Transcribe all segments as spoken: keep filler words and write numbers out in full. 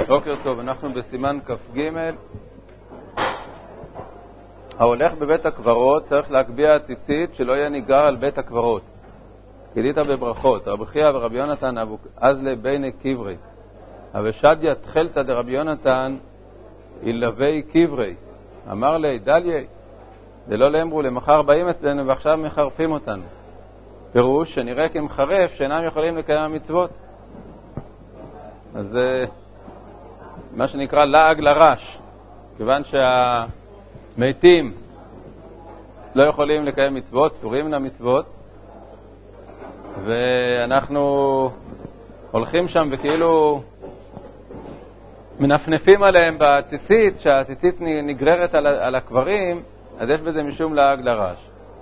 בוקר טוב, אנחנו בסימן כ"ג. ההולך בבית הקברות צריך להגביה ציצית שלא יהיה ניגר על בית הקברות. כדית בברכות, רבי חייא ורבי יונתן אז לביני קברי. אבל שדיה תחלתא דרבי יונתן ילווי קברי. אמר לי, דליה, דלא לאמרו למחר באים אצלנו ועכשיו מחרפים אותנו. פירוש שנראה כמחרף שאינם יכולים לקיים המצוות. אז זה מה שנקרא לעג לרש, כיוון שהמתים לא יכולים לקיים מצוות, פטורים מן המצוות, ואנחנו הולכים שם וכאילו מנפנפים עליהם בציצית, שהציצית נגררת על, על הקברים, אז יש בזה משום לעג לרש.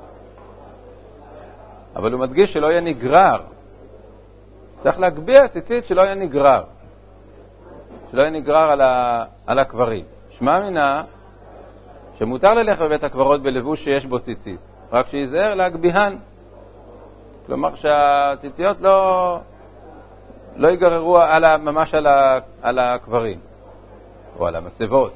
אבל הוא מדגיש שלא יהיה נגרר. צריך להגביה ציצית שלא יהיה נגרר. שלא יהיה נגרר על, ה, על הקברים. שמע מינה שמותר ללך בבית הקברות בלבוש שיש בו ציצית, רק שיזהר להגביהן. כלומר שהציציות לא, לא ייגררו על ה, ממש על, ה, על הקברים או על המצבות.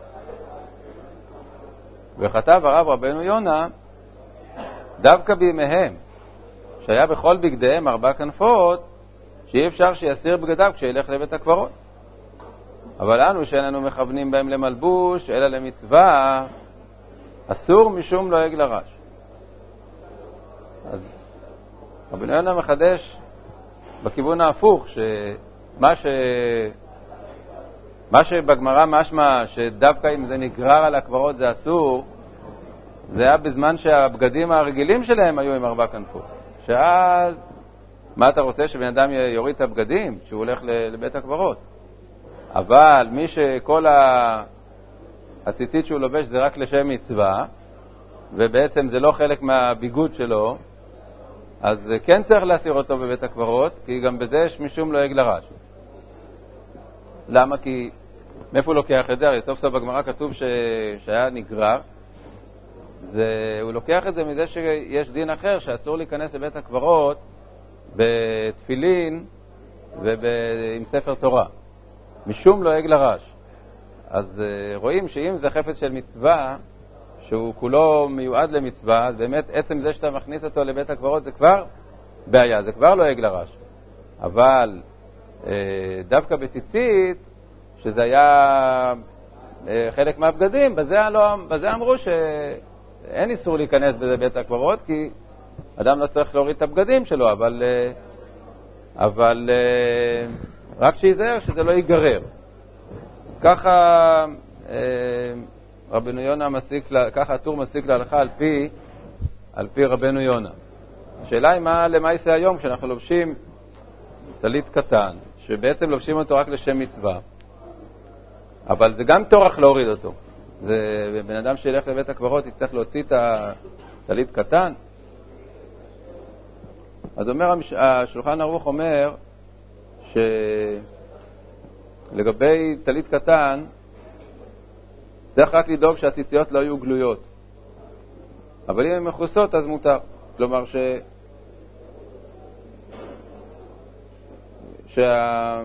וכתב הרב רבנו יונה דווקא בימיהם שהיה בכל בגדיהם ארבע כנפות, שאי אפשר שיסיר בגדיו כשילך לבית הקברות. אבל אנו שאין לנו מכוונים בהם למלבוש אלא למצווה, אסור משום לועג לרש. אז רבנו יונה מחדש בכיוון ההפוך, שמה ש... מה שבגמרא משמע שדווקא אם זה נגרר על הקברות זה אסור, זה היה בזמן שהבגדים הרגילים שלהם היו עם ארבע כנפות. שאז מה אתה רוצה, שבן אדם יוריד את הבגדים שהוא הולך לבית הקברות? אבל מי שכל הציצית שהוא לובש זה רק לשם מצווה, ובעצם זה לא חלק מהביגוד שלו, אז כן צריך להסיר אותו בבית הקברות, כי גם בזה יש משום לועג לרש. למה? כי מאיפה הוא לוקח את זה? הרי סוף סוף בגמרא כתוב ש... שהיה נגרר. זה... הוא לוקח את זה מזה שיש דין אחר שאסור להיכנס לבית הקברות בתפילין ועם ספר תורה. משום לועג לרש. אז רואים שאם זה חפץ של מצווה, שהוא כולו מיועד למצווה, אז באמת עצם זה שאתה מכניס אותו לבית הקברות זה כבר בעיה, זה כבר לועג לרש. אבל דווקא בציצית, שזה היה חלק מהבגדים, בזה, לא, בזה אמרו שאין איסור להיכנס בבית הקברות, כי אדם לא צריך להוריד את הבגדים שלו, אבל, אבל רק שיזהר שזה לא ייגרר. ככה רבנו יונה מסיק, ככה הטור מסיק להלכה על פי, על פי רבנו יונה. השאלה היא מה למה יעשה היום כשאנחנו לובשים טלית קטן, שבעצם לובשים אותו רק לשם מצווה, אבל זה גם תורך להוריד אותו. זה בן אדם שילך לבית הקברות יצטרך להוציא את הטלית קטן. אז אומר השולחן ערוך אומר שלגבי טלית קטן צריך רק לדאוג שהציציות לא יהיו גלויות, אבל אם הן מכוסות אז מותר. כלומר ש שה...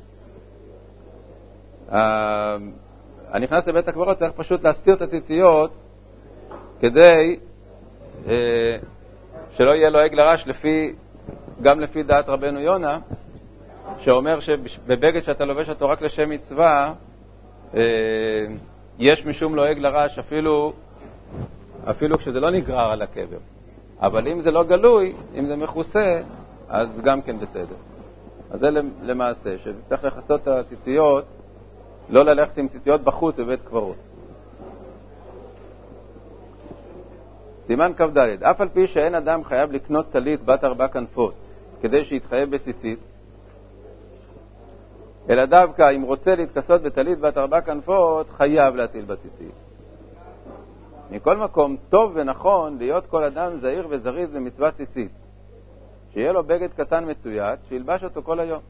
הנכנס לבית הקברות צריך פשוט להסתיר את הציציות כדי אה, שלא יהיה לועג לרש, לפי, גם לפי דעת רבנו יונה, שאומר שבבגד שאתה לובש אותו רק לשם מצווה אה, יש משום לועג לרש אפילו, אפילו כשזה לא נגרר על הקבר. אבל אם זה לא גלוי, אם זה מכוסה, אז גם כן בסדר. אז זה למעשה, שצריך לחסות את הציציות, לא ללכת עם ציציות בחוץ בבית קברות. סימן כ"ד, אף על פי שאין אדם חייב לקנות טלית בת ארבע כנפות, כדי שיתחייב בציצית, אלא דווקא אם רוצה להתכסות בטלית בת ארבע כנפות, חייב להטיל בציצית. מכל מקום, טוב ונכון להיות כל אדם זהיר וזריז במצוות ציצית, שיהיה לו בגד קטן מצויד, שילבש אותו כל היום.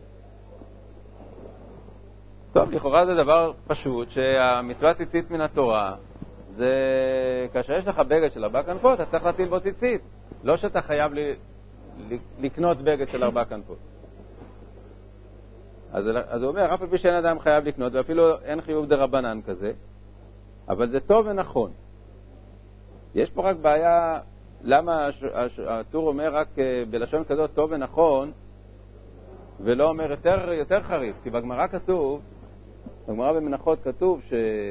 טוב, לכאורה זה דבר פשוט, שהמצוות ציצית מן התורה, זה כאשר יש לך בגד של ארבע כנפות, אתה צריך להטיל בו ציצית. לא שאתה חייב ל... לקנות בגד של ארבע כנפות. אז, אז הוא אומר, אף על פי שאין אדם חייב לקנות, ואפילו אין חיוב דרבנן כזה, אבל זה טוב ונכון. יש פה רק בעיה, למה הטור אומר רק בלשון כזאת טוב ונכון, ולא אומר יותר, יותר חריף, כי בגמרא כתוב, בגמרא במנחות כתוב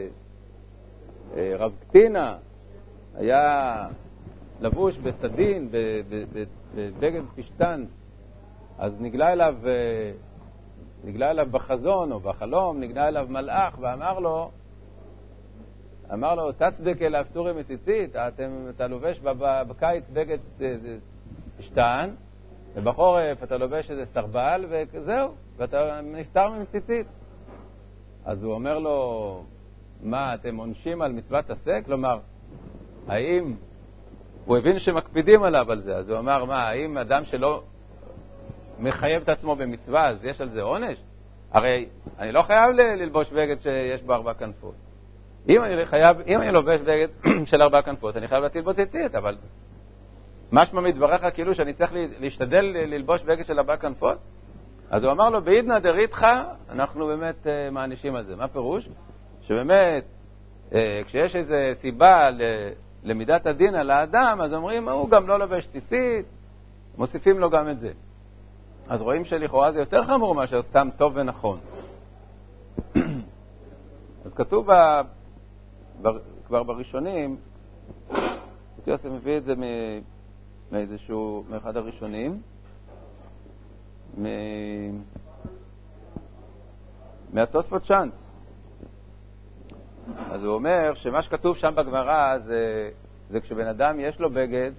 שרב קטינה היה לבוש בסדין, בבגד פשטן, אז נגלה אליו, נגלה אליו בחזון או בחלום, נגלה אליו מלאך ואמר לו, אמר לו, תצדק אליו טורי מציצית, אתם, אתה לובש בקיץ בגד פשטן, ובחורף אתה לובש איזה סרבל, וזהו, ואתה נפטר ממציצית. אז הוא אומר לו, מה, אתם עונשים על מצוות עשה? כלומר, האם, הוא הבין שמקפידים עליו על זה, אז הוא אמר, מה, האם אדם שלא מחייב את עצמו במצווה, אז יש על זה עונש? הרי אני לא חייב ללבוש בגד שיש בו ארבע כנפות. אם אני, חייב, אם אני לובש בגד של ארבע כנפות, אני חייב להטיל בו ציצית, אבל משמע מדבריך כאילו שאני צריך להשתדל ללבוש בגד של ארבע כנפות? אז הוא אמר לו, בעידנא דריתחא, אנחנו באמת uh, מענישים על זה. מה פירוש? שבאמת, uh, כשיש איזו סיבה ל, למידת הדין על האדם, אז אומרים, הוא גם לא לובש ציצית, מוסיפים לו גם את זה. אז רואים שלכאורה זה יותר חמור מאשר סתם טוב ונכון. אז כתוב ב, ב, כבר בראשונים, יוסף מביא את זה מ, מאיזשהו, מאחד הראשונים, מ... מהתוספות צ'אנס. אז הוא אומר שמה שכתוב שם בגמרא זה, זה כשבן אדם יש לו בגד,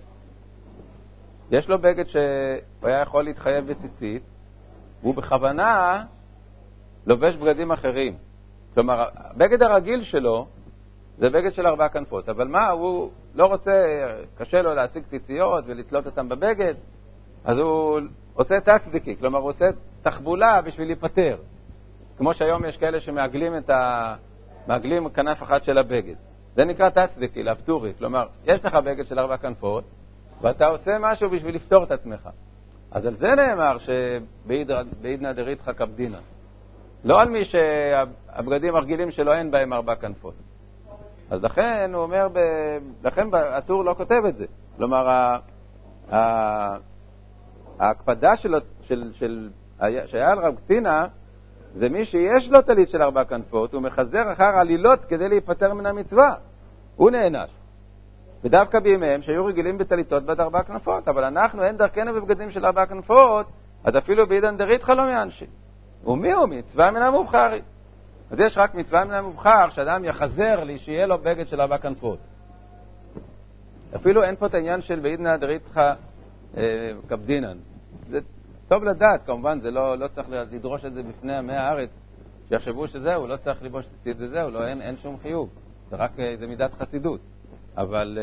יש לו בגד שהוא היה יכול להתחייב בציצית, והוא בכוונה לובש בגדים אחרים. כלומר, הבגד הרגיל שלו זה בגד של ארבע כנפות, אבל מה, הוא לא רוצה, קשה לו להשיג ציציות ולתלות אותם בבגד, אז הוא עושה תצדיקי, כלומר הוא עושה תחבולה בשביל להיפטר. כמו שהיום יש כאלה שמעגלים את ה... מעגלים כנף אחת של הבגד. זה נקרא תצדיקי, להפטורי. כלומר, יש לך בגד של ארבע כנפות, ואתה עושה משהו בשביל לפתור את עצמך. אז על זה נאמר שבעידנא דריתחא קפדינא. לא על מי שהבגדים הרגילים שלו אין בהם ארבע כנפות. אז לכן הוא אומר, ב... לכן הטור לא כותב את זה. כלומר, ה... ה... ההקפדה שלו, של, של, שהיה על רב קטינה, זה מי שיש לו טלית של ארבע כנפות, הוא מחזר אחר עלילות כדי להיפטר מן המצווה. הוא נענש. ודווקא בימיהם שהיו רגילים בטליתות בת ארבע כנפות, אבל אנחנו אין דרכנו בבגדים של ארבע כנפות, אז אפילו בעידנא דריתחא לא מענשין. ומי הוא? מצווה מן המובחרית. אז יש רק מצווה מן המובחר, שאדם יחזר לי שיהיה לו בגד של ארבע כנפות. אפילו אין פה את העניין של בעידנא דריתחא אה, קפדינן. זה טוב לדעת, כמובן, זה לא, לא צריך לדרוש את זה בפני עמי הארץ, שיחשבו שזהו, לא צריך לבוש ציצית וזהו, לא, אין, אין שום חיוב. זה רק, זה מידת חסידות. אבל,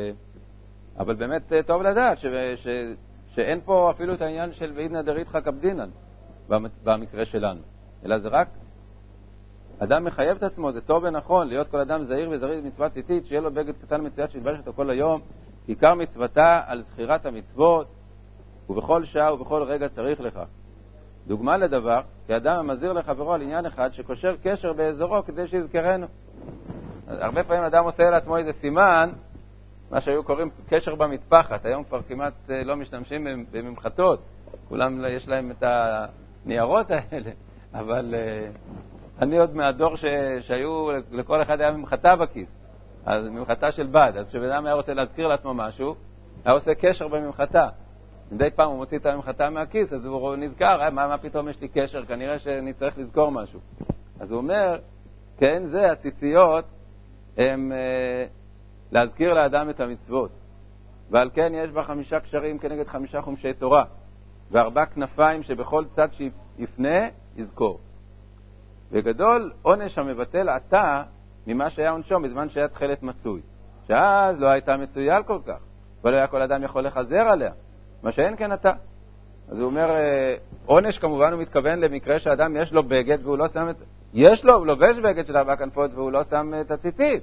אבל באמת טוב לדעת ש, ש, שאין פה אפילו את העניין של בעידנא דריתחא קפדינן במקרה שלנו. אלא זה רק, אדם מחייב את עצמו, זה טוב ונכון, להיות כל אדם זהיר וזריז במצוות ציצית, שיהיה לו בגד קטן מצוית שילבש אותו כל היום, כי עיקר מצוותה על זכירת המצוות, ובכל שעה ובכל רגע צריך לך. דוגמה לדבר, כי אדם המזהיר לחברו על עניין אחד שקושר קשר באזורו כדי שיזכרנו. הרבה פעמים אדם עושה לעצמו איזה סימן, מה שהיו קוראים קשר במטפחת. היום כבר כמעט לא משתמשים בממחטות, כולם יש להם את הניירות האלה, אבל אני עוד מהדור ש... שהיו, לכל אחד היה ממחטה בכיס, אז ממחטה של בד. אז כשאדם היה רוצה להזכיר לעצמו משהו, היה עושה קשר בממחטה. מדי פעם הוא מוציא את הממחטה מהכיס, אז הוא נזכר, מה, מה פתאום יש לי קשר? כנראה שאני צריך לזכור משהו. אז הוא אומר, כן, זה, הציציות, הם אה, להזכיר לאדם את המצוות. ועל כן יש בה חמישה קשרים כנגד חמישה חומשי תורה, וארבע כנפיים שבכל צד שיפנה יזכור. וגדול עונש המבטל עתה ממה שהיה עונשו בזמן שהיה תחילת מצוי. שאז לא הייתה מצויה כל כך, ולא היה כל אדם יכול לחזר עליה. מה שאין כן אתה. אז הוא אומר, עונש כמובן הוא מתכוון למקרה שאדם יש לו בגד והוא לא שם את... יש לו, הוא לובש בגד של ארבע כנפות והוא לא שם את הציצית.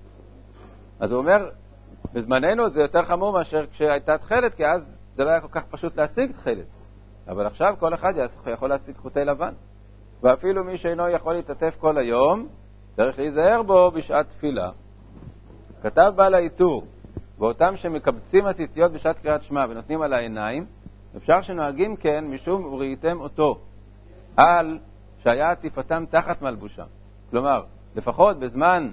אז הוא אומר, בזמננו זה יותר חמור מאשר כשהייתה תחילת, כי אז זה לא היה כל כך פשוט להשיג תחילת. אבל עכשיו כל אחד יכול להשיג חוטי לבן. ואפילו מי שאינו יכול להתעטף כל היום, צריך להיזהר בו בשעת תפילה. כתב בעל העיטור, ואותם שמקבצים הציציות בשעת קריאת שמע ונותנים על העיניים, אפשר שנוהגים כן משום וראיתם אותו, על שהיה עטיפתם תחת מלבושם. כלומר, לפחות בזמן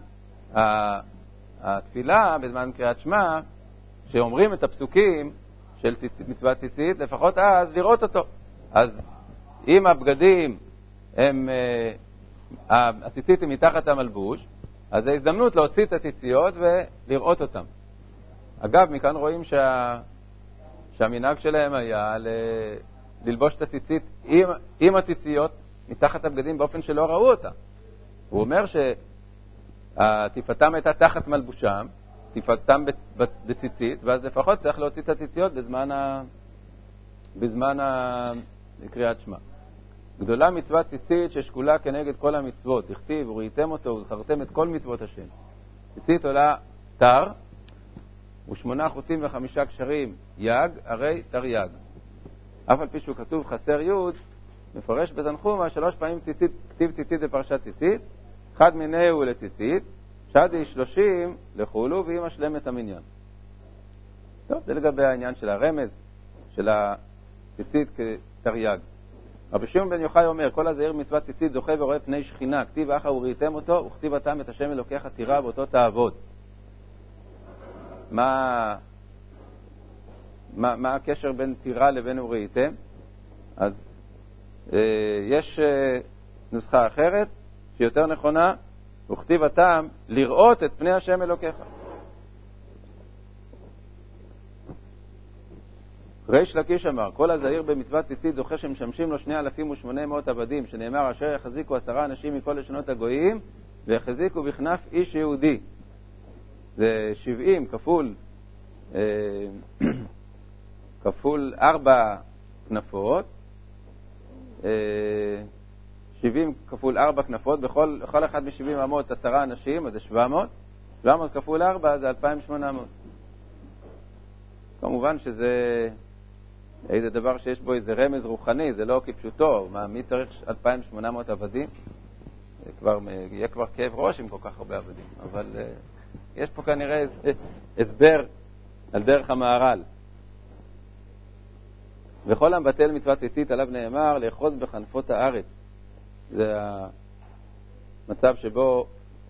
התפילה, בזמן קריאת שמע, שאומרים את הפסוקים של מצוות ציצית, לפחות אז לראות אותו. אז אם הבגדים הם, הציצית היא מתחת המלבוש, אז זו הזדמנות להוציא את הציציות ולראות אותם. אגב, מכאן רואים שה, שהמנהג שלהם היה ל, ללבוש את הציצית עם, עם הציציות מתחת הבגדים באופן שלא ראו אותה. הוא אומר שהטיפתם הייתה תחת מלבושם, טיפתם בציצית, ואז לפחות צריך להוציא את הציציות בזמן, ה... בזמן ה... קריאת שמע. גדולה מצוות ציצית ששקולה כנגד כל המצוות. תכתיב, וראיתם אותו, וזכרתם את כל מצוות השם. ציצית עולה תר, ושמונה חוטים וחמישה קשרים, יג, הרי תרי"ג. אף על פי שהוא כתוב חסר יוד, מפרש בזנחומה שלוש פעמים ציצית, כתיב ציצית בפרשת ציצית, אחד מיני הוא לציצית, שדי שלושים לחולו, והיא משלם את המניין. טוב, זה לגבי העניין של הרמז, של הציצית כתרי"ג. רבי שמעון בן יוחאי אומר, כל הזעיר מצוות ציצית זוכה ורואה פני שכינה, כתיב אחר וראיתם אותו, וכתיב אתם את השם אלוקיך תירא באותו תעבוד. מה, מה, מה הקשר בין תירא לבין וראיתם? אז אה, יש אה, נוסחה אחרת, שיותר נכונה, וכתיב אתם לראות את פני השם אלוקיך. ריש לקיש אמר, כל הזעיר במצוות ציצית זוכה שמשמשים לו שני אלפים ושמונה מאות עבדים, שנאמר אשר יחזיקו עשרה אנשים מכל לשונות הגויים, ויחזיקו בכנף איש יהודי. זה שבעים כפול, אה, כפול ארבע כנפות, אה, שבעים כפול ארבע כנפות, בכל, בכל אחד מ-שבעים אמות עשרה אנשים, אז זה שבע מאות, שבע מאות כפול ארבע זה אלפיים ושמונה מאות. כמובן שזה איזה דבר שיש בו איזה רמז רוחני, זה לא כפשוטו, מה, מי צריך אלפיים ושמונה מאות עבדים? זה כבר, יהיה כבר כאב ראש עם כל כך הרבה עבדים, אבל uh, יש פה כנראה הסבר על דרך המהר"ל. וכל המבטל מצוות ציצית עליו נאמר לאחוז בכנפות הארץ. זה המצב שבו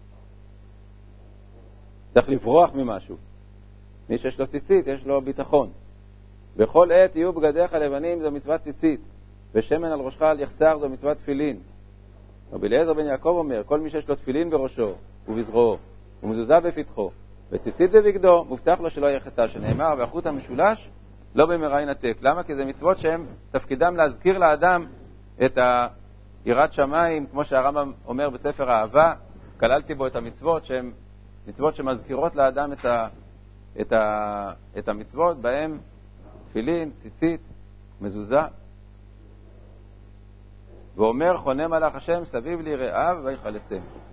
צריך לברוח ממשהו. מי שיש לו ציצית יש לו ביטחון. בכל עת יהיו בגדיך לבנים זו מצוות ציצית, ושמן על ראשך על יחסר זו מצוות תפילין. רבי אליעזר בן יעקב אומר, כל מי שיש לו תפילין בראשו ובזרועו ומזוזה בפתחו וציצית בבגדו, מובטח לו שלא יחטא, שנאמר והחוט המשולש לא במהרה ינתק. למה? כי זה מצוות שהם תפקידם להזכיר לאדם את יראת שמיים, כמו שהרמב"ם אומר בספר האהבה, כללתי בו את המצוות שהן מצוות שמזכירות לאדם את ה את ה את המצוות בהם תפילין, ציצית, מזוזה. ואומר חונה מלאך השם סביב לי רעיו ויחלצם.